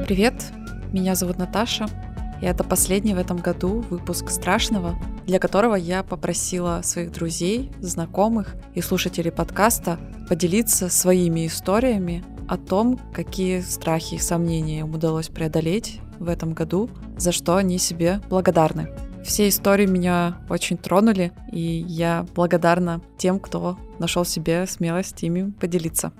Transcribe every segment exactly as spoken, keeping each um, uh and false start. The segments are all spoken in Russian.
Привет, меня зовут Наташа, и это последний в этом году выпуск «Страшного», для которого я попросила своих друзей, знакомых и слушателей подкаста поделиться своими историями о том, какие страхи и сомнения им удалось преодолеть в этом году, за что они себе благодарны. Все истории меня очень тронули, и я благодарна тем, кто нашел в себе смелость ими поделиться.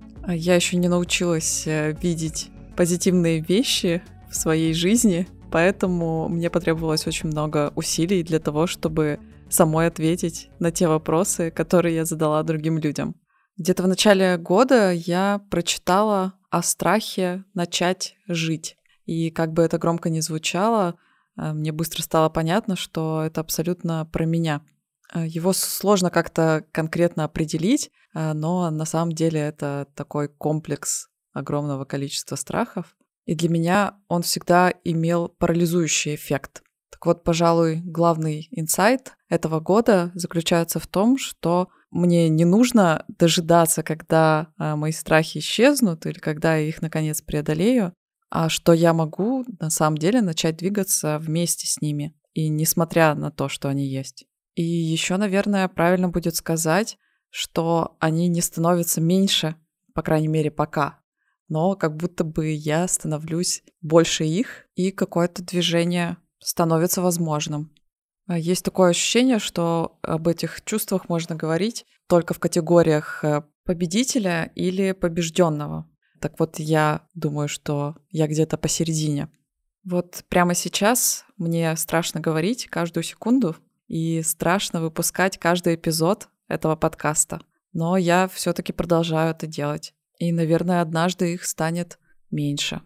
Я еще не научилась видеть позитивные вещи в своей жизни, поэтому мне потребовалось очень много усилий для того, чтобы самой ответить на те вопросы, которые я задала другим людям. Где-то в начале года я прочитала о страхе начать жить. И как бы это громко ни звучало, мне быстро стало понятно, что это абсолютно про меня. Его сложно как-то конкретно определить, но на самом деле это такой комплекс огромного количества страхов. И для меня он всегда имел парализующий эффект. Так вот, пожалуй, главный инсайт этого года заключается в том, что мне не нужно дожидаться, когда мои страхи исчезнут или когда я их наконец преодолею, а что я могу на самом деле начать двигаться вместе с ними, и несмотря на то, что они есть. И еще, наверное, правильно будет сказать, что они не становятся меньше, по крайней мере, пока, но как будто бы я становлюсь больше их, и какое-то движение становится возможным. Есть такое ощущение, что об этих чувствах можно говорить только в категориях победителя или побежденного. Так вот, я думаю, что я где-то посередине. Вот прямо сейчас мне страшно говорить каждую секунду и страшно выпускать каждый эпизод этого подкаста. Но я все-таки продолжаю это делать. И, наверное, однажды их станет меньше.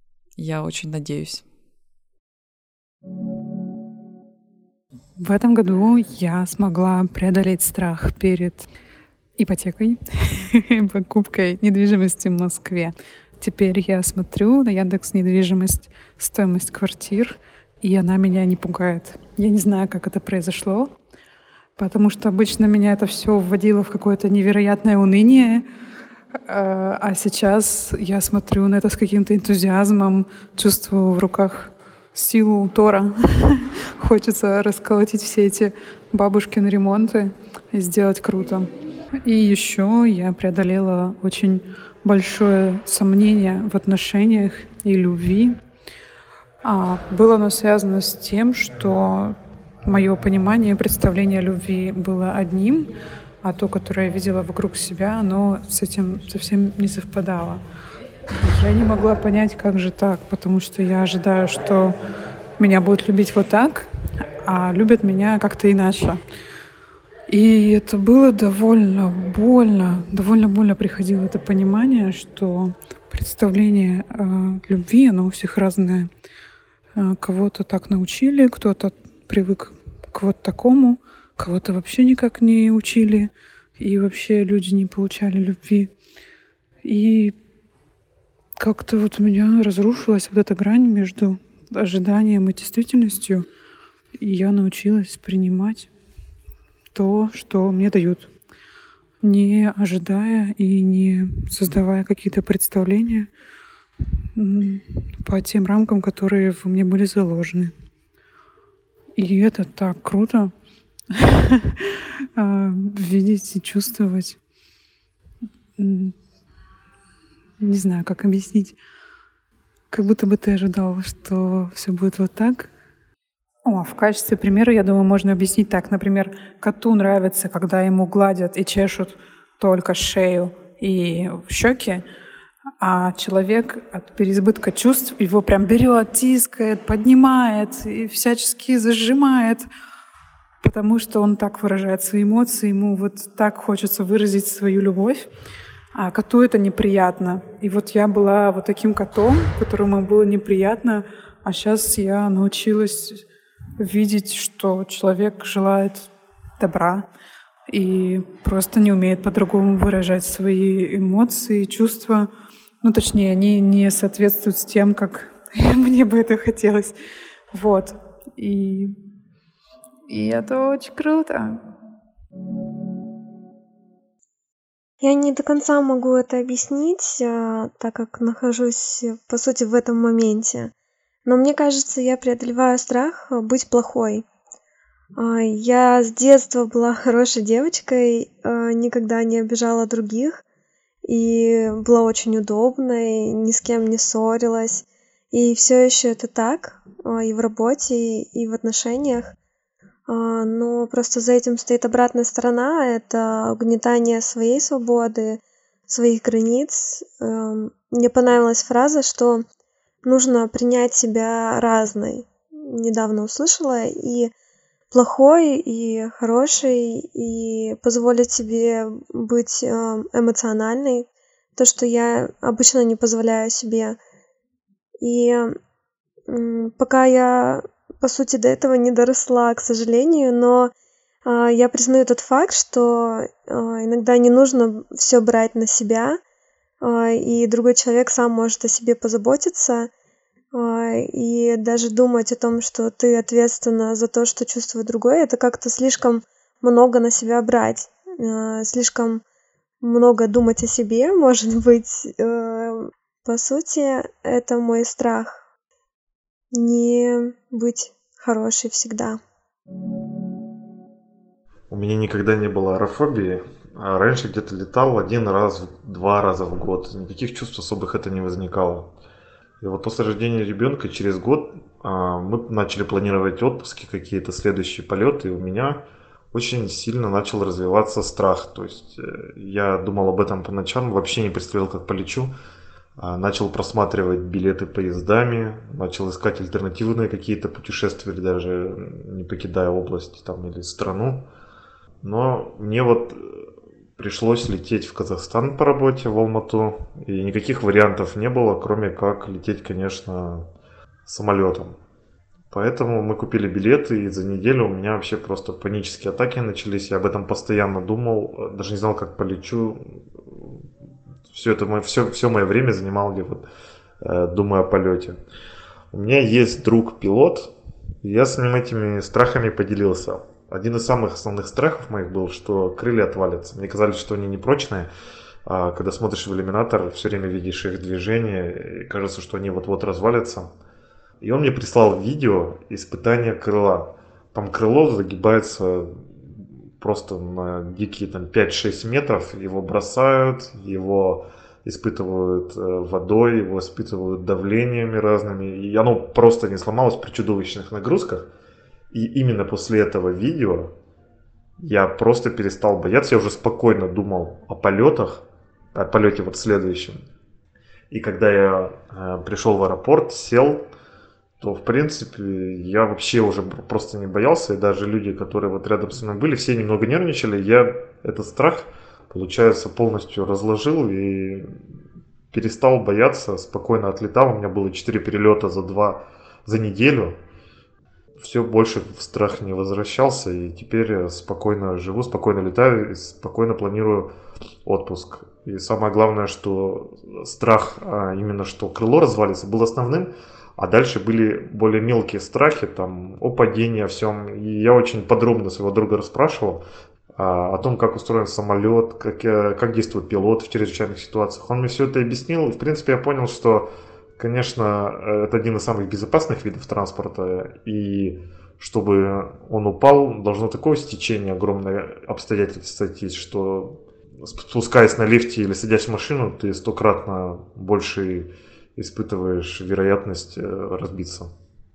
Я очень надеюсь. В этом году я смогла преодолеть страх перед ипотекой, покупкой недвижимости в Москве. Теперь я смотрю на Яндекс.Недвижимость стоимость квартир, и она меня не пугает. Я не знаю, как это произошло, потому что обычно меня это все вводило в какое-то невероятное уныние, а сейчас я смотрю на это с каким-то энтузиазмом, чувствую в руках силу Тора. Хочется расколотить все эти бабушкины ремонты и сделать круто. И еще я преодолела очень большое сомнение в отношениях и любви. А было оно связано с тем, что мое понимание и представление о любви было одним, а то, которое я видела вокруг себя, оно с этим совсем не совпадало. Я не могла понять, как же так, потому что я ожидаю, что меня будут любить вот так, а любят меня как-то иначе. И это было довольно больно, довольно больно приходило это понимание, что представление о любви, оно у всех разное. Кого-то так научили, кто-то привык к вот такому, кого-то вообще никак не учили, и вообще люди не получали любви. И как-то вот у меня разрушилась вот эта грань между ожиданием и действительностью, и я научилась принимать то, что мне дают, не ожидая и не создавая какие-то представления по тем рамкам, которые в мне были заложены. И это так круто видеть и чувствовать. Не знаю, как объяснить. Как будто бы ты ожидал, что все будет вот так. О, в качестве примера, я думаю, можно объяснить так. Например, коту нравится, когда ему гладят и чешут только шею и щеки, а человек от переизбытка чувств его прям берет, тискает, поднимает и всячески зажимает, потому что он так выражает свои эмоции, ему вот так хочется выразить свою любовь, а коту это неприятно. И вот я была вот таким котом, которому было неприятно, а сейчас я научилась видеть, что человек желает добра и просто не умеет по-другому выражать свои эмоции, чувства. Ну, точнее, они не соответствуют с тем, как мне бы это хотелось. Вот. И, и это очень круто. Я не до конца могу это объяснить, а, так как нахожусь, э, по сути, в этом моменте. Но мне кажется, я преодолеваю страх а, быть плохой. А, Я с детства была хорошей девочкой, а, никогда не обижала других и была очень удобной, ни с кем не ссорилась. И все еще это так, а, и в работе, и в отношениях. А, Но просто за этим стоит обратная сторона, это угнетание своей свободы, своих границ. Эм, Мне понравилась фраза, что нужно принять себя разной. Недавно услышала, и плохой, и хороший, и позволить себе быть эм, эмоциональной, то, что я обычно не позволяю себе. И м, пока я, по сути, до этого не доросла, к сожалению, но а, я признаю тот факт, что а, иногда не нужно все брать на себя, а, и другой человек сам может о себе позаботиться, а, и даже думать о том, что ты ответственна за то, что чувствует другой, это как-то слишком много на себя брать, а, слишком много думать о себе, может быть. э, По сути, это мой страх не быть хорошей всегда. У меня никогда не было аэрофобии, а раньше где-то летал один раз, два раза в год. Никаких чувств особых это не возникало. И вот после рождения ребенка через год а, мы начали планировать отпуски, какие-то следующие полеты, и у меня очень сильно начал развиваться страх. То есть э, я думал об этом по ночам, вообще не представлял, как полечу. А, Начал просматривать билеты поездами, начал искать альтернативные какие-то путешествия, даже не покидая область там, или страну. Но мне вот э, пришлось лететь в Казахстан по работе, в Алмату, и никаких вариантов не было, кроме как лететь, конечно, самолетом. Поэтому мы купили билеты, и за неделю у меня вообще просто панические атаки начались. Я об этом постоянно думал, э, даже не знал, как полечу. Все это мое, все, все мое время занимал я вот, э, думая о полете. У меня есть друг-пилот, и я с ним этими страхами поделился. Один из самых основных страхов моих был, что крылья отвалятся. Мне казалось, что они непрочные. А когда смотришь в иллюминатор, все время видишь их движение, и кажется, что они вот-вот развалятся. И он мне прислал видео испытания крыла. Там крыло загибается просто на дикие там пять-шесть метров. Его бросают, его испытывают э, водой, его испытывают давлениями разными. И оно просто не сломалось при чудовищных нагрузках. И именно после этого видео я просто перестал бояться. Я уже спокойно думал о полетах, о полете вот следующем. И когда я э, пришел в аэропорт, сел, то, в принципе, я вообще уже просто не боялся. И даже люди, которые вот рядом со мной были, все немного нервничали. Я этот страх, получается, полностью разложил и перестал бояться, спокойно отлетал. У меня было четыре перелета за два, за неделю. Все больше в страх не возвращался, и теперь я спокойно живу, спокойно летаю и спокойно планирую отпуск. И самое главное, что страх, а именно что крыло развалится, был основным, а дальше были более мелкие страхи, там, о падении, о всем. И я очень подробно своего друга расспрашивал а, о том, как устроен самолет, как, э, как действует пилот в чрезвычайных ситуациях. Он мне все это объяснил, и в принципе я понял, что, конечно, это один из самых безопасных видов транспорта, и чтобы он упал, должно такое стечение огромное обстоятельств сойтись, что спускаясь на лифте или садясь в машину, ты стократно больше испытываешь вероятность э, разбиться.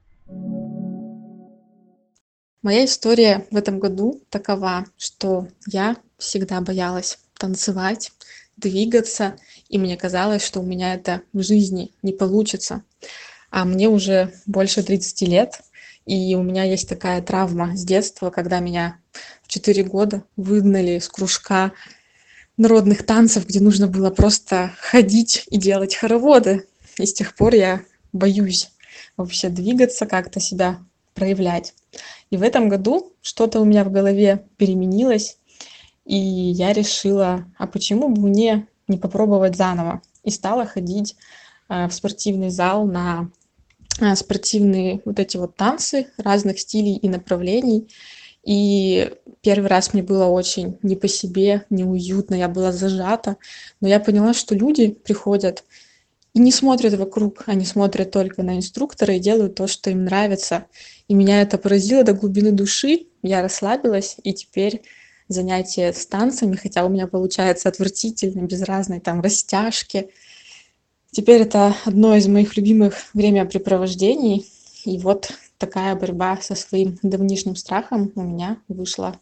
Моя история в этом году такова, что я всегда боялась танцевать, двигаться, и мне казалось, что у меня это в жизни не получится. А мне уже больше тридцати лет, и у меня есть такая травма с детства, когда меня в четыре года выгнали из кружка народных танцев, где нужно было просто ходить и делать хороводы. И с тех пор я боюсь вообще двигаться, как-то себя проявлять. И в этом году что-то у меня в голове переменилось, и я решила, а почему бы мне не попробовать заново? И стала ходить э, в спортивный зал на э, спортивные вот эти вот танцы разных стилей и направлений. И первый раз мне было очень не по себе, неуютно, я была зажата. Но я поняла, что люди приходят и не смотрят вокруг, они смотрят только на инструктора и делают то, что им нравится. И меня это поразило до глубины души. Я расслабилась, и теперь занятия с танцами, хотя у меня получается отвратительно, без разной там растяжки. Теперь это одно из моих любимых времяпрепровождений. И вот такая борьба со своим давнишним страхом у меня вышла.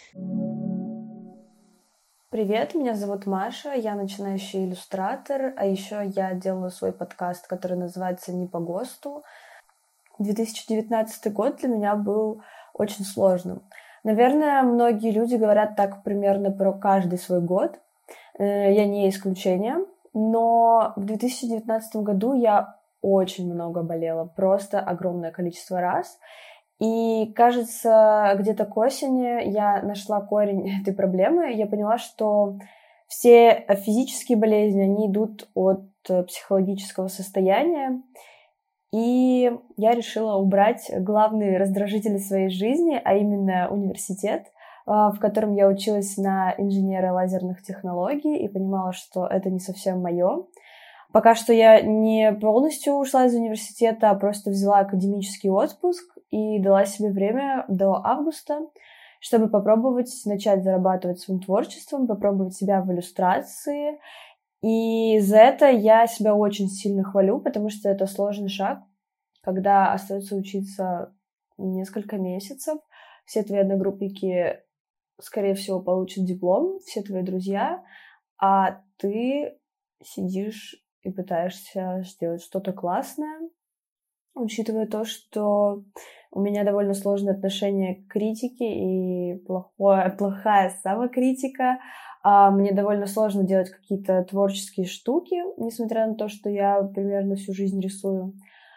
Привет, меня зовут Маша, я начинающий иллюстратор, а еще я делаю свой подкаст, который называется «Не по ГОСТу». две тысячи девятнадцатый год для меня был очень сложным. Наверное, многие люди говорят так примерно про каждый свой год. Я не исключение, но в две тысячи девятнадцатом году я очень много болела, просто огромное количество раз. И, кажется, где-то к осени я нашла корень этой проблемы. Я поняла, что все физические болезни, они идут от психологического состояния. И я решила убрать главный раздражитель своей жизни, а именно университет, в котором я училась на инженера лазерных технологий и понимала, что это не совсем мое. Пока что я не полностью ушла из университета, а просто взяла академический отпуск и дала себе время до августа, чтобы попробовать начать зарабатывать своим творчеством, попробовать себя в иллюстрации. И за это я себя очень сильно хвалю, потому что это сложный шаг, когда остается учиться несколько месяцев. Все твои одногруппники, скорее всего, получат диплом, все твои друзья, а ты сидишь и пытаешься сделать что-то классное, учитывая то, что у меня довольно сложное отношение к критике и плохое, плохая самокритика. А мне довольно сложно делать какие-то творческие штуки, несмотря на то, что я примерно всю жизнь рисую.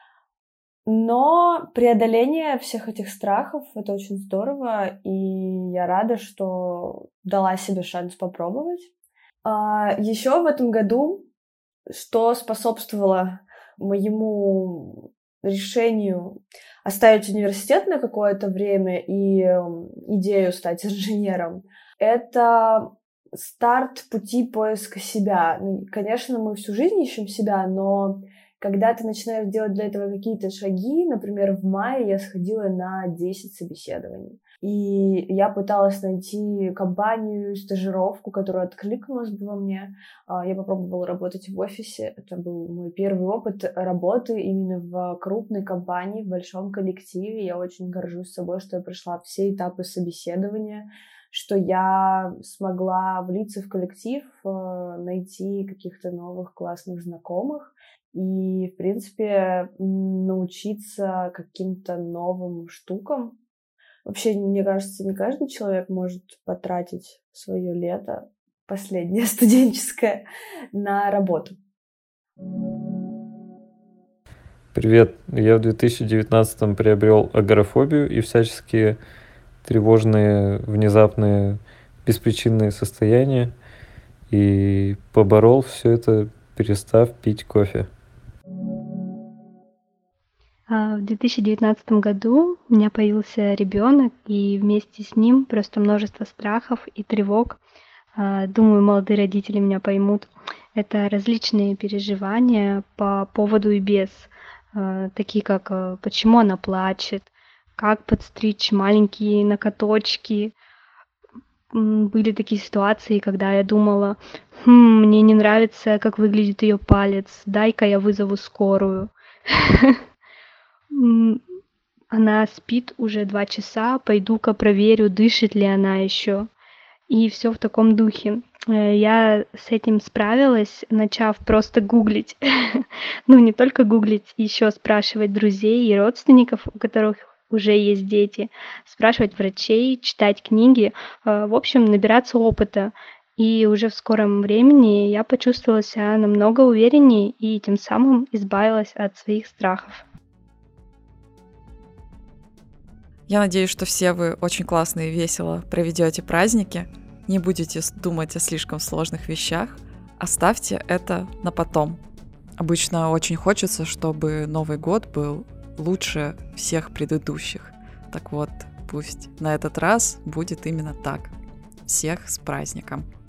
Но преодоление всех этих страхов — это очень здорово, и я рада, что дала себе шанс попробовать. А еще в этом году, что способствовало моему решению оставить университет на какое-то время и идею стать инженером, это старт пути поиска себя. Ну, конечно, мы всю жизнь ищем себя, но когда ты начинаешь делать для этого какие-то шаги, например, в мае я сходила на десять собеседований. И я пыталась найти компанию, стажировку, которая откликнулась бы во мне. Я попробовала работать в офисе. Это был мой первый опыт работы именно в крупной компании, в большом коллективе. Я очень горжусь собой, что я прошла все этапы собеседования, что я смогла влиться в коллектив, найти каких-то новых классных знакомых и, в принципе, научиться каким-то новым штукам. Вообще, мне кажется, не каждый человек может потратить свое лето, последнее студенческое, на работу. Привет, я в две тысячи девятнадцатом приобрел агорафобию и всяческие тревожные, внезапные, беспричинные состояния и поборол все это, перестав пить кофе. В две тысячи девятнадцатом году у меня появился ребенок, и вместе с ним просто множество страхов и тревог. Думаю, молодые родители меня поймут. Это различные переживания по поводу и без, такие как почему она плачет, как подстричь маленькие ноготочки. Были такие ситуации, когда я думала, хм, мне не нравится, как выглядит ее палец, дай-ка я вызову скорую. Она спит уже два часа, пойду-ка проверю, дышит ли она еще. И все в таком духе. Я с этим справилась, начав просто гуглить. Ну, не только гуглить, еще спрашивать друзей и родственников, у которых уже есть дети, спрашивать врачей, читать книги, в общем, набираться опыта. И уже в скором времени я почувствовала себя намного увереннее и тем самым избавилась от своих страхов. Я надеюсь, что все вы очень классно и весело проведете праздники, не будете думать о слишком сложных вещах, оставьте это на потом. Обычно очень хочется, чтобы Новый год был лучше всех предыдущих. Так вот, пусть на этот раз будет именно так. Всех с праздником!